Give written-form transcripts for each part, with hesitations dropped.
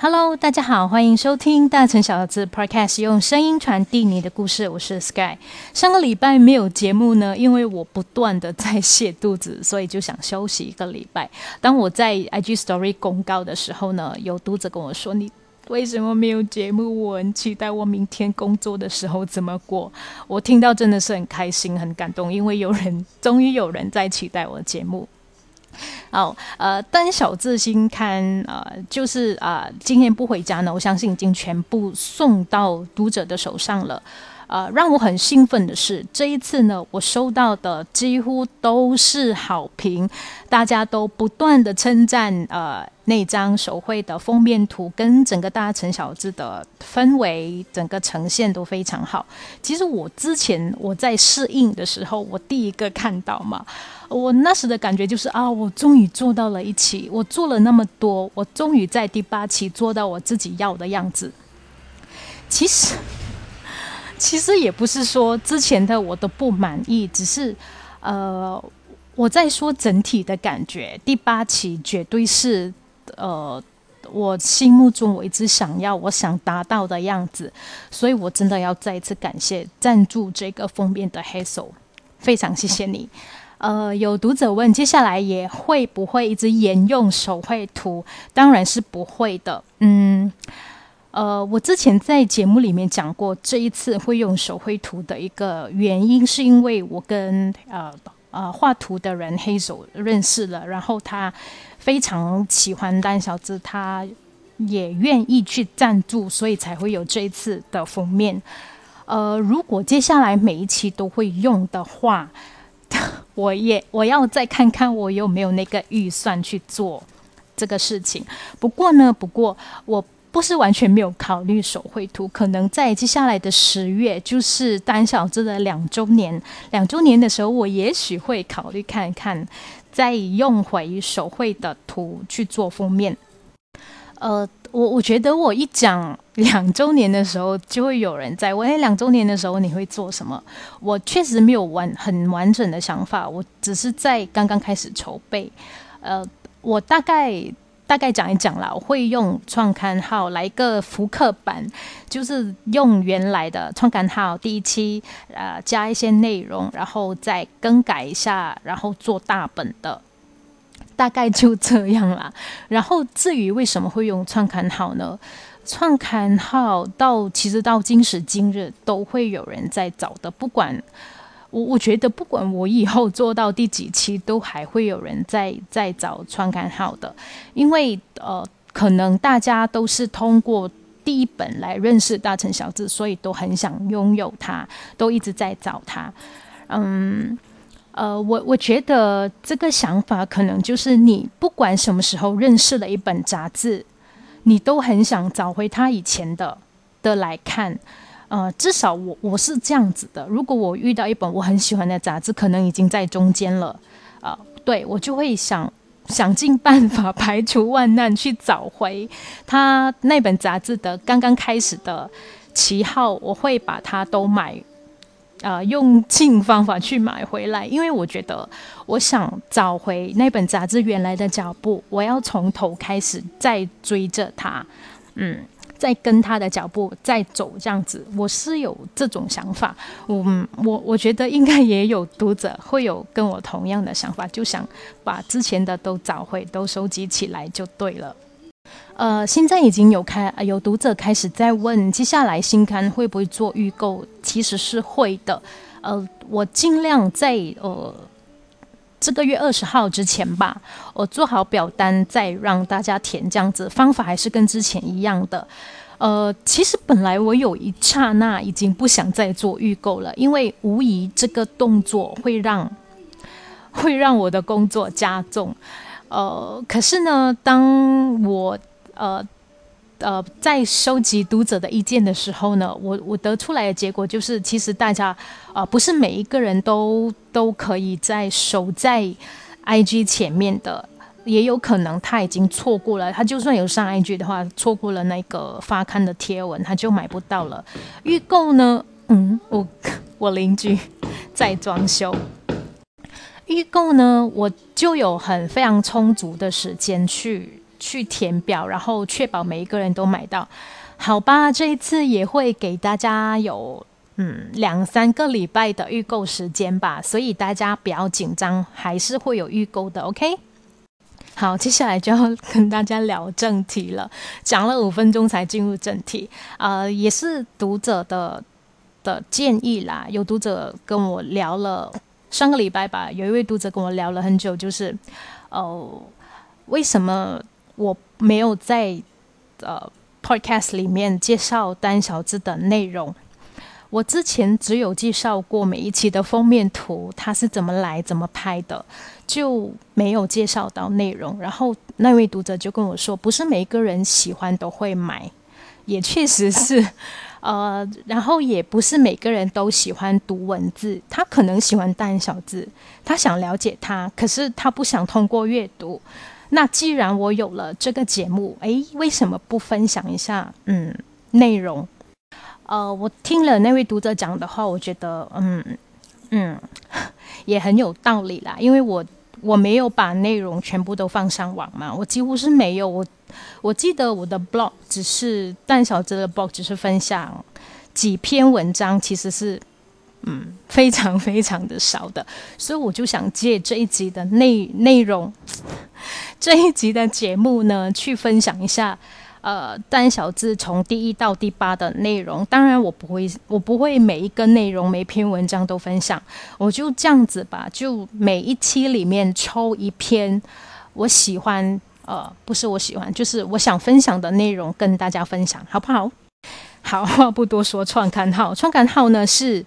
Hello， 大家好，欢迎收听大城小子 Podcast， 用声音传递你的故事。我是 Sky。上个礼拜没有节目呢，因为我不断的在泻肚子，所以就想休息一个礼拜。当我在 IG Story 公告的时候呢，有读者跟我说：“你为什么没有节目？我很期待我明天工作的时候怎么过。”我听到真的是很开心、很感动，因为终于有人在期待我的节目。好，单小字新刊，就是今天不回家呢，我相信已经全部送到读者的手上了。让我很兴奋的是，这一次呢，我收到的几乎都是好评，大家都不断的称赞那张手绘的封面图跟整个大城小字的氛围，整个呈现都非常好。其实我之前在试映的时候，我第一个看到嘛，我那时的感觉就是我终于做到了一期，我做了那么多，我终于在第8期做到我自己要的样子。其实也不是说之前的我都不满意，只是我在说整体的感觉。第8期绝对是我心目中我一直我想达到的样子，所以我真的要再一次感谢赞助这个封面的 Hazel， 非常谢谢你。有读者问接下来也会不会一直沿用手绘图？当然是不会的。我之前在节目里面讲过，这一次会用手绘图的一个原因，是因为我跟画图的人 Hazel 认识了，然后他非常喜欢单小字，他也愿意去赞助，所以才会有这一次的封面。如果接下来每一期都会用的话，我要再看看我有没有那个预算去做这个事情。不过我不是完全没有考虑手绘图，可能在接下来的10月，就是单小字的2周年的时候，我也许会考虑看看，再用回手绘的图去做封面。我觉得我一讲2周年的时候，就会有人在问，2周年的时候你会做什么？我确实没有很完整的想法，我只是在刚刚开始筹备。我大概讲一讲啦，我会用创刊号来一个复刻版，就是用原来的创刊号第1期加一些内容，然后再更改一下，然后做大本的，大概就这样啦。然后至于为什么会用创刊号呢？创刊号其实到今时今日都会有人在找的，不管我觉得不管我以后做到第几期，都还会有人在找创刊号的，因为可能大家都是通过第一本来认识大城小字，所以都很想拥有它，都一直在找它。我觉得这个想法可能就是你不管什么时候认识了一本杂志，你都很想找回它以前的来看。至少我是这样子的。如果我遇到一本我很喜欢的杂志，可能已经在中间了，对，我就会想尽办法排除万难去找回他那本杂志的刚刚开始的期号，我会把它都买，用尽方法去买回来，因为我觉得我想找回那本杂志原来的脚步，我要从头开始再追着它，再跟他的脚步再走，这样子，我是有这种想法。我觉得应该也有读者会有跟我同样的想法，就想把之前的都找回，都收集起来就对了。现在已经有读者开始在问，接下来新刊会不会做预购？其实是会的。我尽量在这个月20号之前吧，我做好表单再让大家填，这样子方法还是跟之前一样的。其实本来我有一刹那已经不想再做预购了，因为无疑这个动作会让我的工作加重。可是呢，当我在收集读者的意见的时候呢，我得出来的结果就是，其实大家不是每一个人都可以守在 IG 前面的，也有可能他已经错过了，他就算有上 IG 的话，错过了那个发刊的贴文，他就买不到了。预购呢，我邻居在装修。预购呢，我就有非常充足的时间去去填表，然后确保每一个人都买到。好吧，这一次也会给大家有2-3个礼拜的预购时间吧，所以大家不要紧张，还是会有预购的 OK。 好，接下来就要跟大家聊正题了，讲了5分钟才进入正题。也是读者的建议啦，有读者跟我聊了上个礼拜吧，有一位读者跟我聊了很久，就是为什么我没有在podcast 里面介绍单小字的内容。我之前只有介绍过每一期的封面图它是怎么来怎么拍的，就没有介绍到内容。然后那位读者就跟我说，不是每一个人喜欢都会买，也确实是然后也不是每个人都喜欢读文字，他可能喜欢单小字，他想了解它，可是他不想通过阅读。那既然我有了这个节目，为什么不分享一下内容？我听了那位读者讲的话，我觉得也很有道理啦，因为我没有把内容全部都放上网嘛，我几乎是没有。我记得我的 blog 只是蛋小子的 blog 只是分享几篇文章，其实是非常非常的少的，所以我就想借这一集的内容，这一集的节目呢，去分享一下蛋小字从第1到第8的内容。当然我不会每一个内容每篇文章都分享，我就这样子吧，就每一期里面抽一篇我喜欢不是我喜欢，就是我想分享的内容跟大家分享，好不好？好，话不多说，创刊号呢是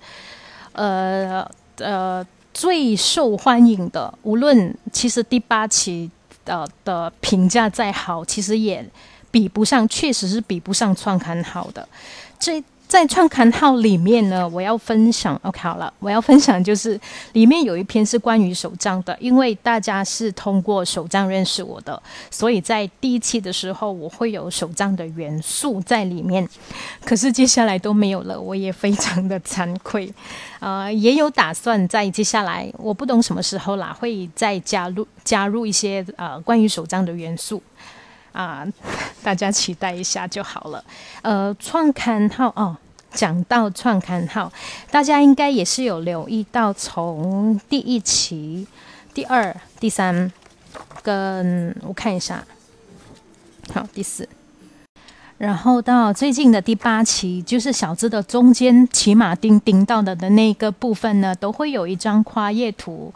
最受欢迎的，无论其实第8期的评价再好，其实也比不上，确实是比不上创刊号的。在创刊号里面呢，我要分享 OK 好了，我要分享就是里面有一篇是关于手账的，因为大家是通过手账认识我的，所以在第1期的时候我会有手账的元素在里面，可是接下来都没有了，我也非常的惭愧。也有打算在接下来我不懂什么时候啦，会再加入一些关于手账的元素。大家期待一下就好了。创刊号讲到创刊号，大家应该也是有留意到，从第1期、第2、第3跟我看一下，好，第4，然后到最近的第8期，就是小字的中间骑马钉钉到的那个部分呢，都会有一张跨页图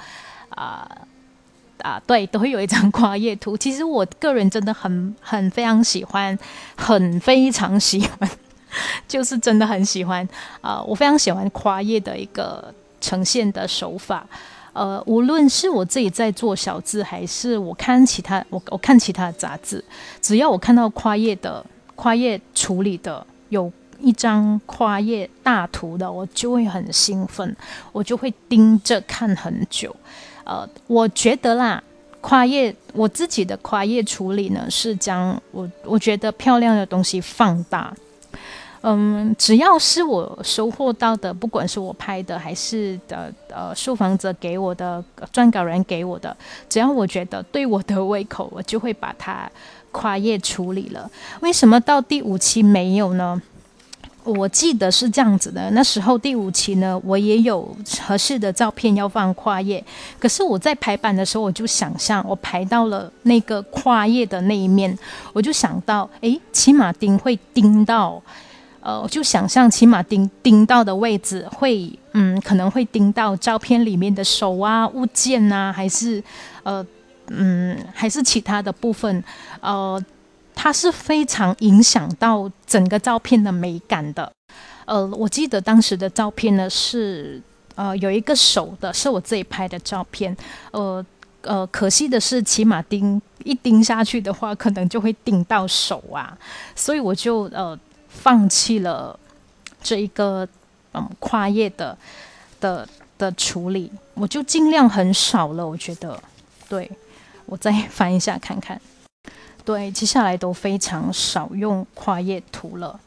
对，都会有一张跨页图。其实我个人真的很非常喜欢，非常喜欢，就是真的很喜欢我非常喜欢跨页的一个呈现的手法。无论是我自己在做小字，还是我看其他的杂志，只要我看到跨页处理的有一张跨页大图的，我就会很兴奋，我就会盯着看很久。我觉得啦，我自己的跨页处理呢，是将我觉得漂亮的东西放大。只要是我收获到的，不管是我拍的还是受访者给我的、撰稿人给我的，只要我觉得对我的胃口，我就会把它跨页处理了。为什么到第5期没有呢？我记得是这样子的，那时候第5期呢，我也有合适的照片要放跨页，可是我在排版的时候，我就想象我排到了那个跨页的那一面，我就想到骑马钉会钉到我就想象骑马钉到的位置会可能会钉到照片里面的手啊、物件啊，还是其他的部分，它是非常影响到整个照片的美感的。我记得当时的照片呢是有一个手的，是我自己拍的照片。可惜的是骑马钉一钉下去的话，可能就会钉到手啊，所以我就放弃了这一个跨页的处理，我就尽量很少了。我觉得，对，我再翻一下看看。对，接下来都非常少用跨页图了。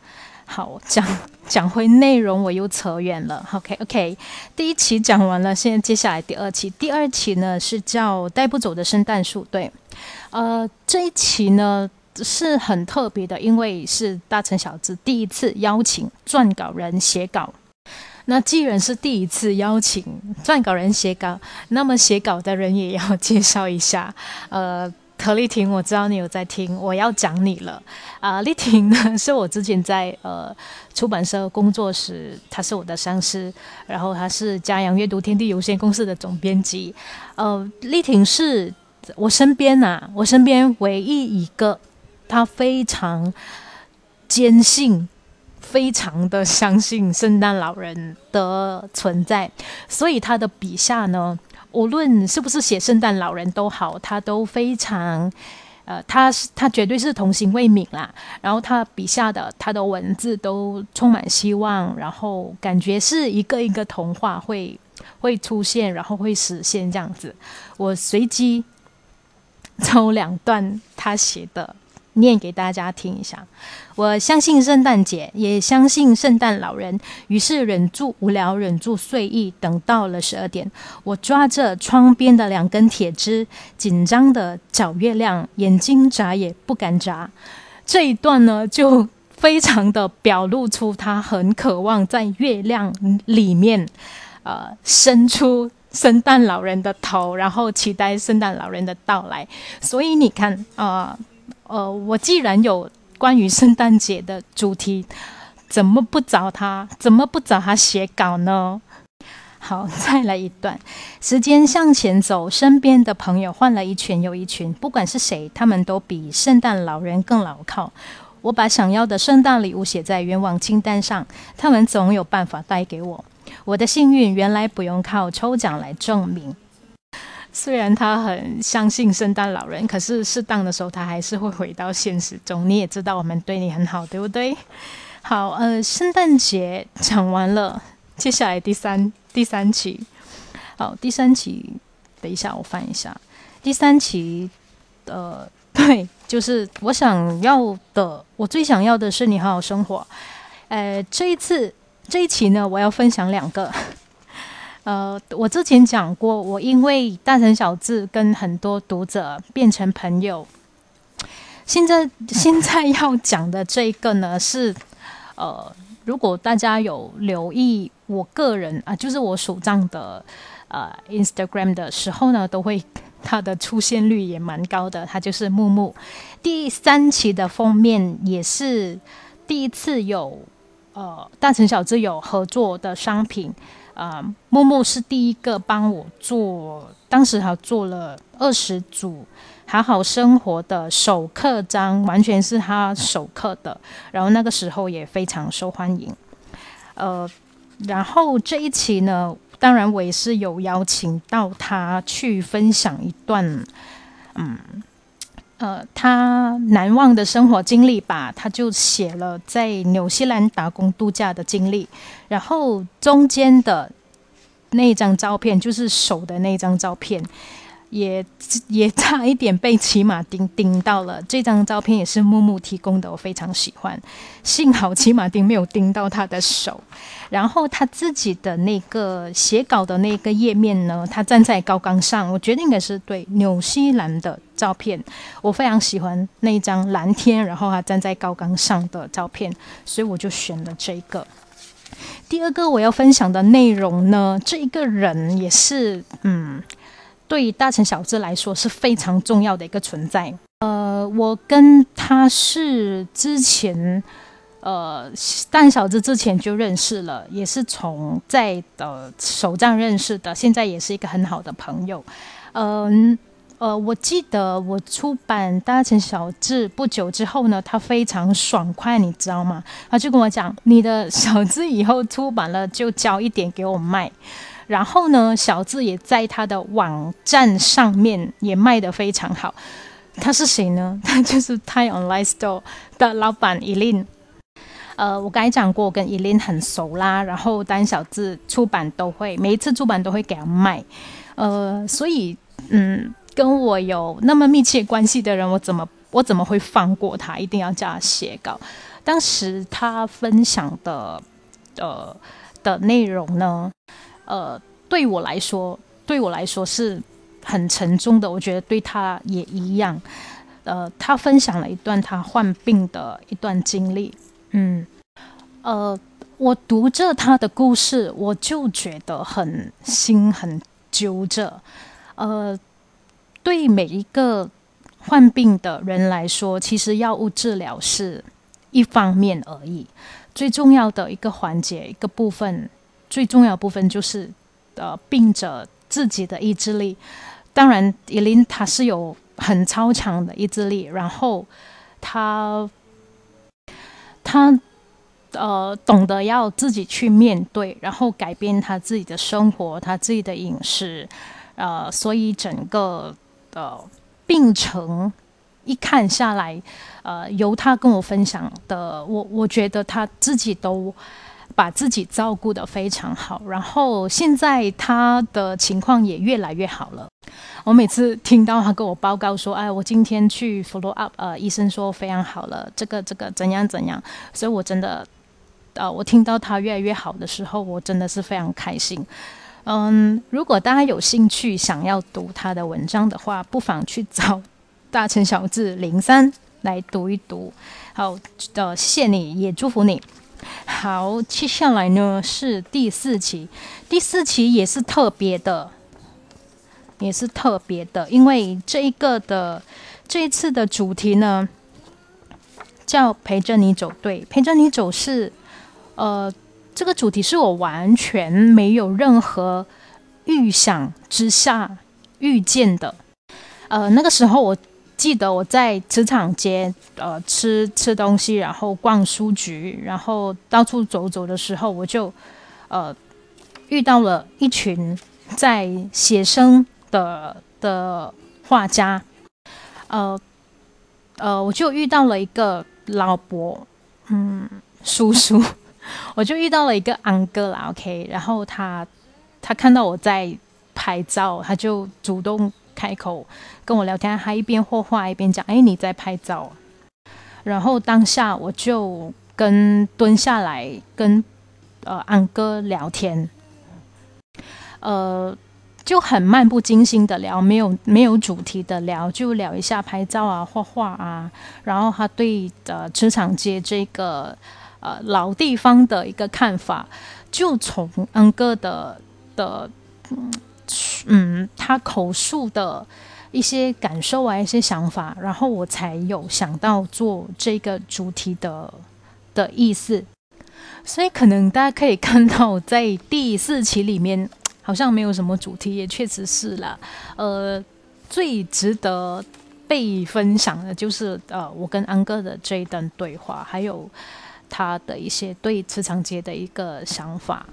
好，讲回内容，我又扯远了。OK， 第一期讲完了，现在接下来第二期。第二期呢是叫带不走的圣诞树。对，这一期呢是很特别的，因为是大城小志第一次邀请撰稿人写稿。那既然是第一次邀请撰稿人写稿，那么写稿的人也要介绍一下。何丽婷，我知道你有在听，我要讲你了。丽婷呢是我之前在出版社工作时，她是我的上司，然后她是嘉阳阅读天地有限公司的总编辑。丽婷是我身边唯一一个她非常坚信，非常的相信圣诞老人的存在，所以他的笔下呢，无论是不是写圣诞老人都好，他都非常他绝对是童心未泯啦。然后他笔下的他的文字都充满希望，然后感觉是一个一个童话会出现，然后会实现这样子。我随机抽2段他写的念给大家听一下。我相信圣诞节，也相信圣诞老人，于是忍住无聊，忍住睡意，等到了12点，我抓着窗边的2根铁枝，紧张的找月亮，眼睛眨也不敢眨。这一段呢就非常的表露出他很渴望在月亮里面伸出圣诞老人的头，然后期待圣诞老人的到来。所以你看我既然有关于圣诞节的主题，怎么不找他写稿呢？好，再来一段。时间向前走，身边的朋友换了一群又一群，不管是谁，他们都比圣诞老人更牢靠。我把想要的圣诞礼物写在愿望清单上，他们总有办法带给我。我的幸运原来不用靠抽奖来证明。虽然他很相信圣诞老人，可是适当的时候他还是会回到现实中。你也知道我们对你很好，对不对？好，圣诞节讲完了，接下来第三期。好，第三期，等一下我翻一下。第三期，对，就是我最想要的是你好好生活。这一期呢，我要分享2个。我之前讲过，我因为大城小志跟很多读者变成朋友。现在要讲的这一个呢是，如果大家有留意我个人就是我手账的Instagram 的时候呢，都会它的出现率也蛮高的。它就是木木。第3期的封面也是第一次有大城小志有合作的商品。木木是第一个帮我做，当时还做了20组好好生活的手刻章，完全是他手刻的，然后那个时候也非常受欢迎。然后这一期呢，当然我也是有邀请到他去分享一段他难忘的生活经历吧。他就写了在纽西兰打工度假的经历，然后中间的那一张照片，就是手的那张照片，也差一点被骑马丁叮到了。这张照片也是木木提供的，我非常喜欢。幸好骑马丁没有叮到他的手。然后他自己的那个写稿的那个页面呢，他站在高岗上，我觉得应该是对纽西兰的照片。我非常喜欢那一张蓝天，然后他站在高岗上的照片，所以我就选了这个。第2个我要分享的内容呢，这一个人也是对大城小志来说是非常重要的一个存在。我跟他是之前大城小志之前就认识了，也是从在手账认识的，现在也是一个很好的朋友。我记得我出版大城小志不久之后呢，他非常爽快，你知道吗？他就跟我讲，你的小志以后出版了就交一点给我卖。然后呢，小志也在他的网站上面也卖得非常好。他是谁呢？他就是 Thai Online Store 的老板Eileen。我刚才讲过，我跟Eileen很熟啦，然后大城小志每一次出版都会给他卖。所以跟我有那么密切关系的人，我怎么会放过他？一定要叫他写稿。 当时他分享的内容呢，对我来说是很沉重的，我觉得对他也一样。他分享了一段他患病的一段经历。我读着他的故事，我就觉得很揪着。对每一个患病的人来说，其实药物治疗是一方面而已，最重要的一个环节，一个部分，最重要的部分就是病者自己的意志力。当然，Eileen她是有很超强的意志力，然后她懂得要自己去面对，然后改变她自己的生活，她自己的饮食，所以整个病程一看下来，由她跟我分享的，我觉得她自己都把自己照顾得非常好，然后现在她的情况也越来越好了。我每次听到他跟我报告说，我今天去 follow up， 医生说非常好了，这个怎样，所以我真的，我听到他越来越好的时候，我真的是非常开心。如果大家有兴趣想要读他的文章的话，不妨去找大成小字03来读一读。好，谢谢你，也祝福你。好，接下来呢是第4期，第4期也是特别的，因为这一次的主题呢叫陪着你走。对，陪着你走是这个主题是我完全没有任何预想之下遇见的。那个时候我记得我在职场街吃东西，然后逛书局，然后到处走走的时候，我就遇到了一群在写生的画家。我就遇到了一个老伯，叔叔，我就遇到了一个安哥啦 ，OK， 然后他看到我在拍照，他就主动开口跟我聊天，他一边画画一边讲，你在拍照。然后当下我就蹲下来跟安哥聊天，就很漫不经心的聊，没有主题的聊，就聊一下拍照啊、画画啊，然后他对职场街这个老地方的一个看法，就从安哥的他口述的一些感受啊、一些想法，然后我才有想到做这个主题的意思。所以可能大家可以看到，在第4期里面好像没有什么主题，也确实是啦。最值得被分享的就是我跟安哥的这一段对话，还有他的一些对职场街的一个想法。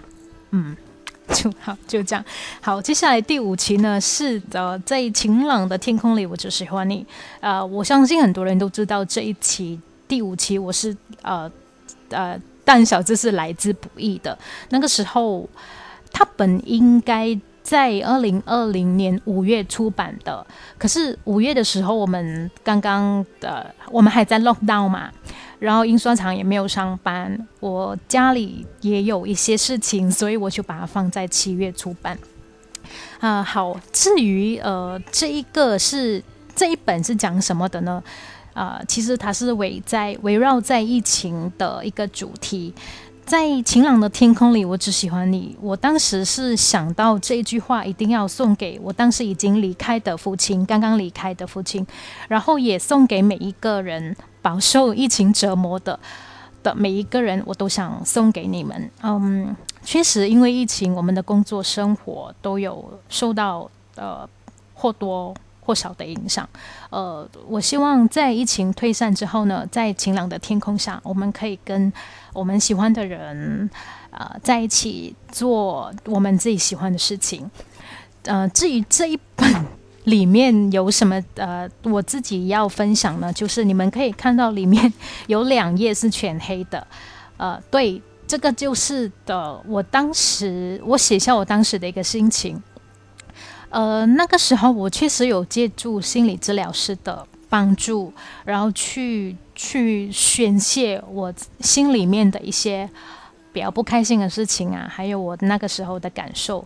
就这样。好，接下来第5期呢是在晴朗的天空里我只喜欢你。我相信很多人都知道这一期第5期我是但小智是来之不易的。那个时候他本应该在2020年5月出版的，可是5月的时候我们我们还在 lockdown 嘛，然后印刷厂也没有上班，我家里也有一些事情，所以我就把它放在7月出版。好，至于这一本是讲什么的呢？其实它是围绕在疫情的一个主题。在晴朗的天空里我只喜欢你，我当时是想到这一句话一定要送给我当时已经离开的父亲，刚刚离开的父亲，然后也送给每一个人饱受疫情折磨的每一个人，我都想送给你们。确实因为疫情我们的工作生活都有受到或多或少的影响。我希望在疫情退散之后呢，在晴朗的天空下，我们可以跟我们喜欢的人在一起做我们自己喜欢的事情。至于这一本里面有什么我自己要分享呢，就是你们可以看到里面有2页是全黑的。对，这个就是我写下我当时的一个心情。那个时候我确实有借助心理治疗师的帮助，然后去宣泄我心里面的一些比较不开心的事情啊，还有我那个时候的感受。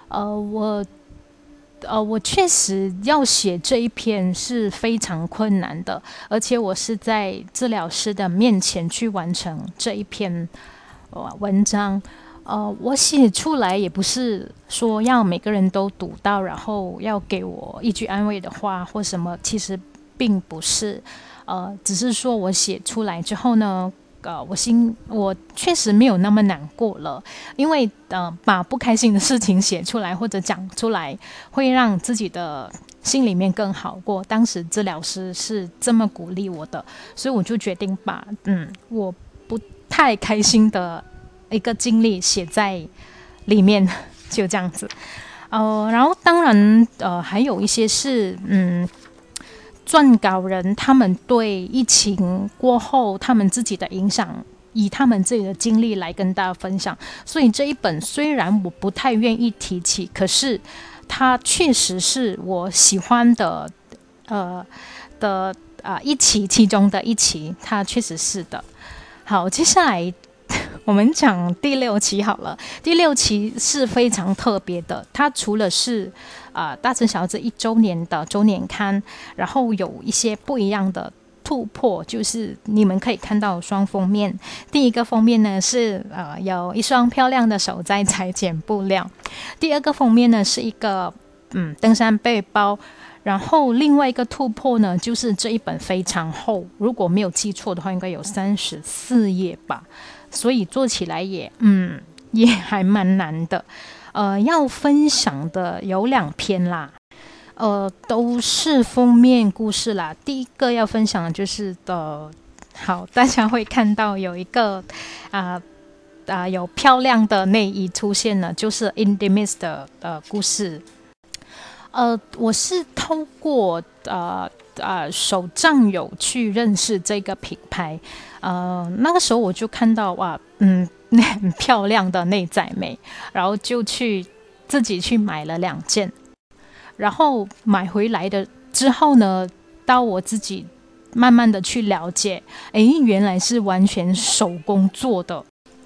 我确实要写这一篇是非常困难的，而且我是在治疗师的面前去完成这一篇文章。我写出来也不是说要每个人都读到，然后要给我一句安慰的话或什么，其实并不是。只是说我写出来之后呢，我确实没有那么难过了，因为把不开心的事情写出来或者讲出来，会让自己的心里面更好过。当时治疗师是这么鼓励我的，所以我就决定把我不太开心的一个经历写在里面，就这样子。然后当然还有一些是撰稿人他们对疫情过后他们自己的影响，以他们自己的经历来跟大家分享。所以这一本虽然我不太愿意提起，可是它确实是我喜欢的一期其中的一期，它确实是的。好，接下来我们讲第6期好了。第6期是非常特别的，它除了是大城小子1周年的周年刊，然后有一些不一样的突破，就是你们可以看到双封面。第一个封面呢是有一双漂亮的手在裁剪布料，第二个封面呢是一个登山背包。然后另外一个突破呢，就是这一本非常厚，如果没有记错的话应该有34页吧，所以做起来也还蛮难的。要分享的有2篇啦，都是封面故事啦。第一个要分享的就是好，大家会看到有一个有漂亮的内衣出现了，就是 In the Mist 的故事。我是透过手账友去认识这个品牌。那个时候我就看到很漂亮的内在美，然后就自己去买了2件。然后买回来的之后呢，到我自己慢慢的去了解，原来是完全手工做的。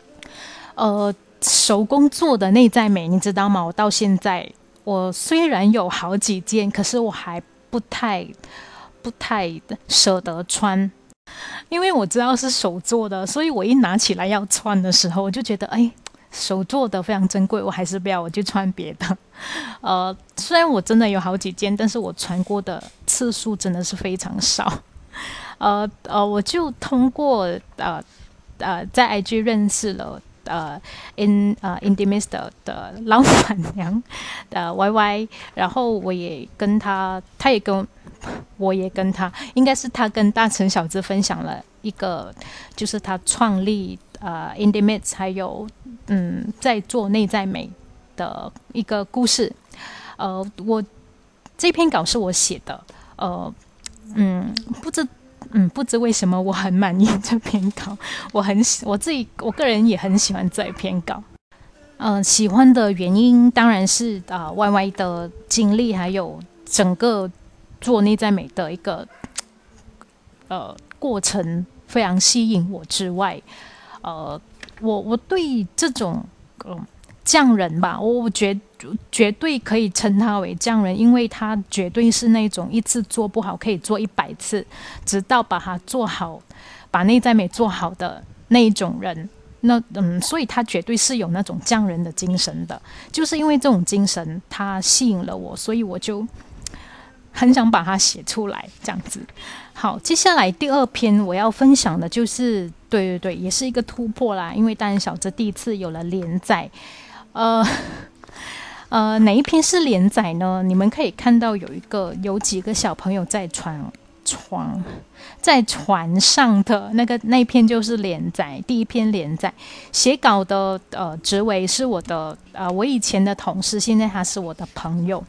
手工做的内在美，你知道吗？我到现在我虽然有好几件，可是我还不太舍得穿，因为我知道是手做的，所以我一拿起来要穿的时候，我就觉得手做的非常珍贵，我还是不要，我就穿别的。虽然我真的有好几件，但是我穿过的次数真的是非常少。我就通过在 IG 认识了In the Mist 的老板娘YY， 然后我也跟他也跟我也跟他，应该是他跟大城小子分享了一个，就是他创立In the Mist 还有在做内在美的一个故事。我这篇稿是我写的，不知为什么我很满意这篇稿，我个人也很喜欢这一篇稿。喜欢的原因当然是YY 的经历，还有整个做内在美的一个过程非常吸引我之外，我对这种匠人吧，我绝对可以称他为匠人，因为他绝对是那种一次做不好可以做100次，直到把它做好，把内在美做好的那一种人。所以他绝对是有那种匠人的精神的，就是因为这种精神他吸引了我，所以我就很想把它写出来这样子。好，接下来第2篇我要分享的就是对，也是一个突破啦，因为大人小子第一次有了连载。哪一篇是连载呢？你们可以看到有几个小朋友在船上的那一篇就是连载，第1篇连载。写稿的职位是我以前的同事，现在他是我的朋友。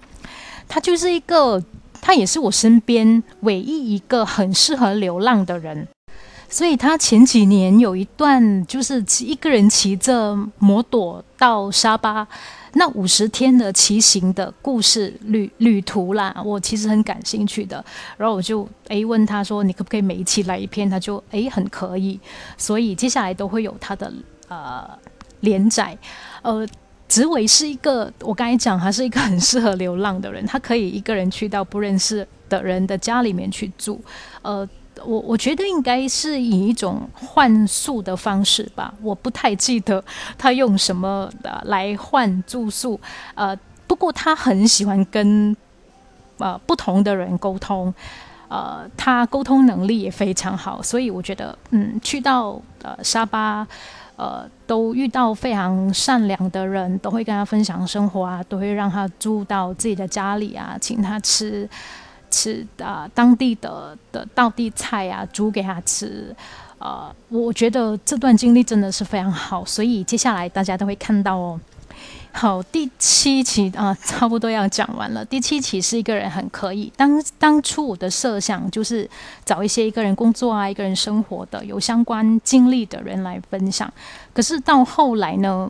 他也是我身边唯一一个很适合流浪的人。 所以他前几年有一段就是一个人骑着摩托到沙巴那50天的骑行的故事旅途啦，我其实很感兴趣的。然后我就问他说，你可不可以每一期来一篇？他就很可以。所以接下来都会有他的连载。植维是一个，我刚才讲他是一个很适合流浪的人，他可以一个人去到不认识的人的家里面去住。我觉得应该是以一种换宿的方式吧，我不太记得他用什么来换住宿。不过他很喜欢跟不同的人沟通，他沟通能力也非常好，所以我觉得去到沙巴。都遇到非常善良的人，都会跟他分享生活啊，都会让他住到自己的家里啊，请他吃当地的道地菜啊，煮给他吃。我觉得这段经历真的是非常好，所以接下来大家都会看到哦。好，第7期差不多要讲完了。第7期是一个人很可以。当初我的设想就是找一些一个人工作啊、一个人生活的有相关经历的人来分享。可是到后来呢，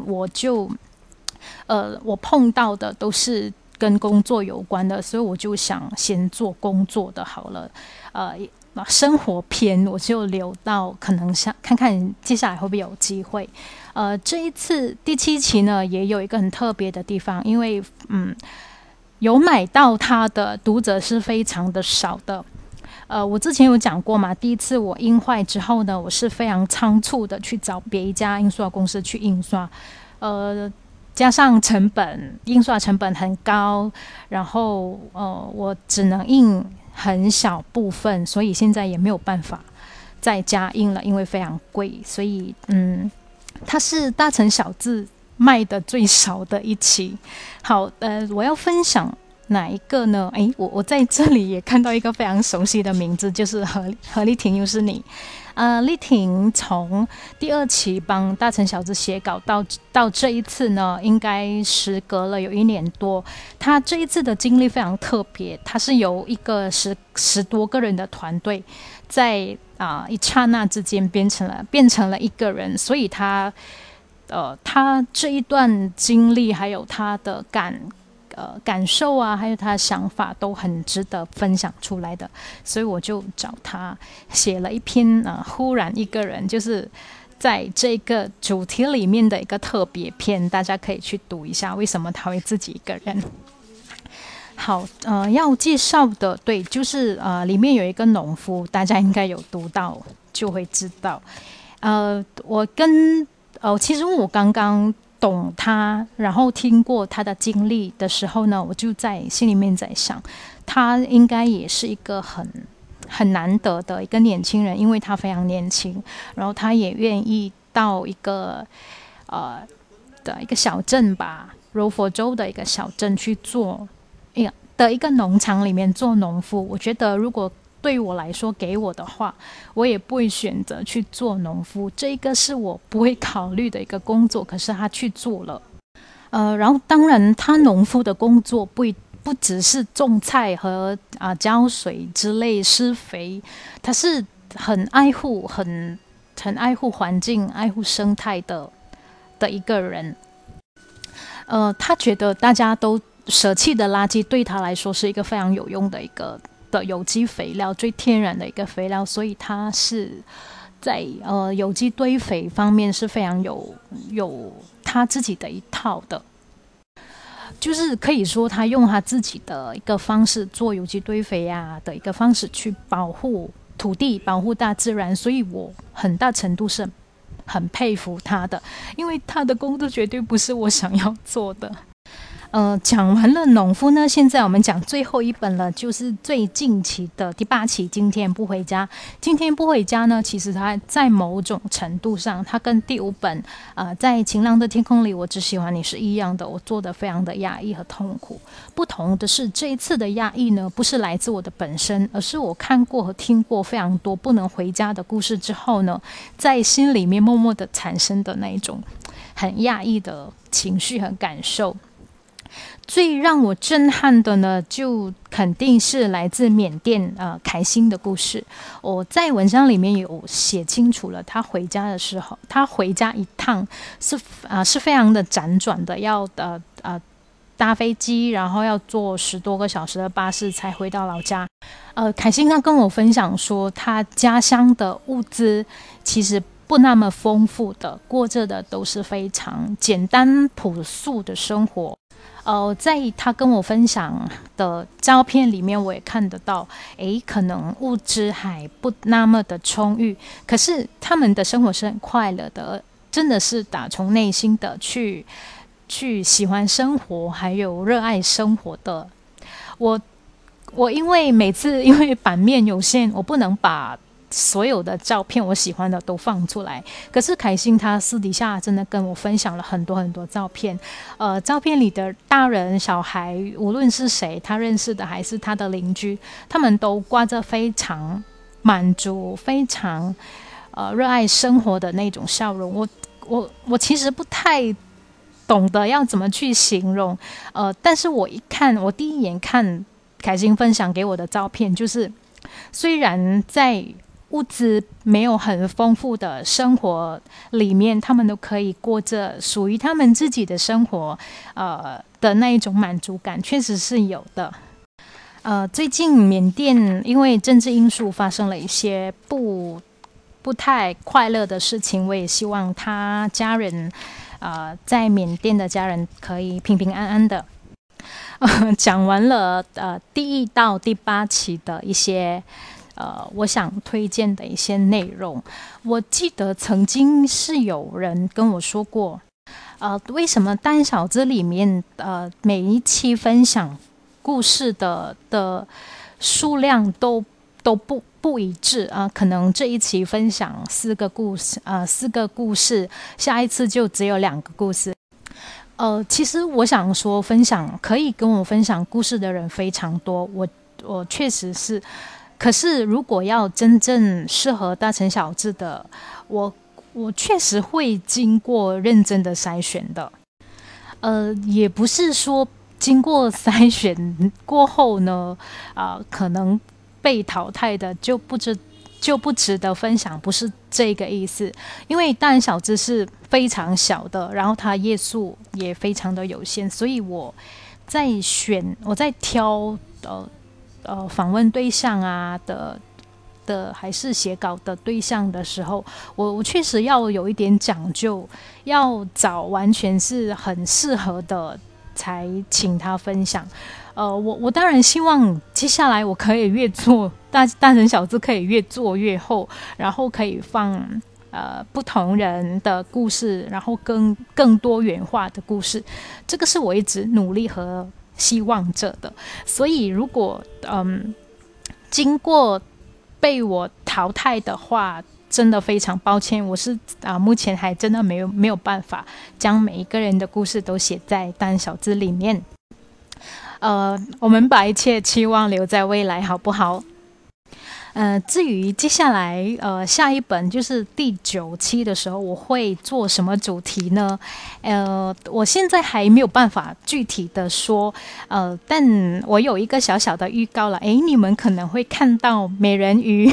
我碰到的都是跟工作有关的，所以我就想先做工作的好了。生活篇我就留到可能看看接下来会不会有机会。这一次第7期呢，也有一个很特别的地方，因为有买到它的读者是非常的少的。我之前有讲过嘛，第一次我印坏之后呢，我是非常仓促的去找别一家印刷公司去印刷，加上印刷成本很高，然后我只能印很小部分，所以现在也没有办法再加印了，因为非常贵。所以它是大城小字卖的最少的一期。好，我要分享哪一个呢？我在这里也看到一个非常熟悉的名字，就是何丽婷，又是你。丽婷从第2期帮大城小字写稿到这一次呢，应该时隔了有1年多。她这一次的经历非常特别，她是由一个十多个人的团队，在一刹那之间变成了一个人，所以她这一段经历还有她的感受啊，还有他的想法都很值得分享出来的，所以我就找他写了一篇忽然一个人，就是在这个主题里面的一个特别篇，大家可以去读一下为什么他会自己一个人。好，要介绍的对，就是里面有一个农夫，大家应该有读到就会知道。其实我刚刚懂他，然后听过他的经历的时候呢，我就在心里面在想，他应该也是一个很难得的一个年轻人，因为他非常年轻，然后他也愿意到一个小镇吧，柔佛州的一个小镇去做一个农场里面做农夫。我觉得如果对我来说给我的话，我也不会选择去做农夫，这个是我不会考虑的一个工作，可是他去做了。然后当然他农夫的工作不只是种菜和浇水之类施肥，他是很爱护环境、爱护生态的一个人。他觉得大家都舍弃的垃圾对他来说是一个非常有用的一个有机肥料，最天然的一个肥料，所以他是在有机堆肥方面是非常有他自己的一套的，就是可以说他用他自己的一个方式做有机堆肥的一个方式去保护土地、保护大自然，所以我很大程度是很佩服他的，因为他的工作绝对不是我想要做的。讲完了农夫呢，现在我们讲最后一本了，就是最近期的第8期《今天不回家》。今天不回家呢，其实它在某种程度上，它跟第5本在晴朗的天空里我只喜欢你是一样的，我做得非常的压抑和痛苦。不同的是，这一次的压抑呢，不是来自我的本身，而是我看过和听过非常多不能回家的故事之后呢，在心里面默默的产生的那一种很压抑的情绪和感受。 最让我震撼的呢，就肯定是来自缅甸凯欣的故事。我在文章里面有写清楚了，他回家的时候，他回家一趟是非常的辗转的，要搭飞机，然后要坐10多个小时的巴士才回到老家。凯欣他跟我分享说，他家乡的物资其实不那么丰富的，过着的都是非常简单朴素的生活。在他跟我分享的照片里面，我也看得到，可能物质还不那么的充裕，可是他们的生活是很快乐的，真的是打从内心的去喜欢生活，还有热爱生活的。我因为版面有限，我不能把所有的照片我喜欢的都放出来，可是凯欣他私底下真的跟我分享了很多很多照片，照片里的大人小孩，无论是谁，他认识的还是他的邻居，他们都挂着非常满足、非常热爱生活的那种笑容。我其实不太懂得要怎么去形容，但是我第一眼看凯欣分享给我的照片，就是虽然在物资没有很丰富的生活里面，他们都可以过着属于他们自己的生活，的那一种满足感确实是有的。最近缅甸因为政治因素发生了一些不太快乐的事情，我也希望他家人在缅甸的家人可以平平安安的。讲完了第1到第8期的一些我想推荐的一些内容。我记得曾经是有人跟我说过，为什么蛋小子里面每一期分享故事的数量都不一致啊？可能这一期分享4个故事，下一次就只有2个故事。其实我想说，可以跟我分享故事的人非常多，我确实是。可是如果要真正适合大城小智的，我确实会经过认真的筛选的。也不是说经过筛选过后呢，可能被淘汰的就不值得分享，不是这个意思。因为大人小智是非常小的，然后它页数也非常的有限，所以我在挑访问对象还是写稿的对象的时候，我确实要有一点讲究，要找完全是很适合的才请他分享。我当然希望接下来我可以越做大人小智可以越做越厚，然后可以放不同人的故事，然后更多元化的故事，这个是我一直努力和希望着的。所以如果经过被我淘汰的话，真的非常抱歉，我是目前还真的没有办法将每一个人的故事都写在大人小智里面。我们把一切期望留在未来，好不好？至于接下来下一本就是第9期的时候，我会做什么主题呢？我现在还没有办法具体的说，但我有一个小小的预告了。你们可能会看到美人鱼，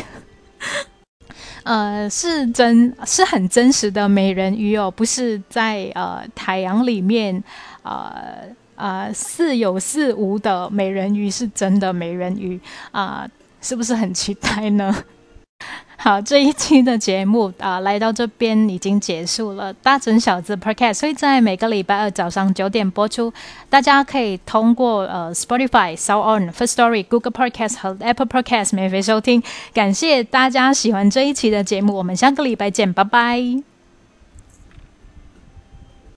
是很真实的美人鱼哦，不是在海洋里面似有似无的美人鱼，是真的美人鱼是不是很期待呢？好，这一期的节目来到这边已经结束了。大城小智 Podcast 会在每个礼拜2早上9点播出，大家可以通过Spotify、SoundOn、Firstory、Google Podcast 和 Apple Podcast 免费收听。感谢大家喜欢这一期的节目，我们下个礼拜见，拜拜。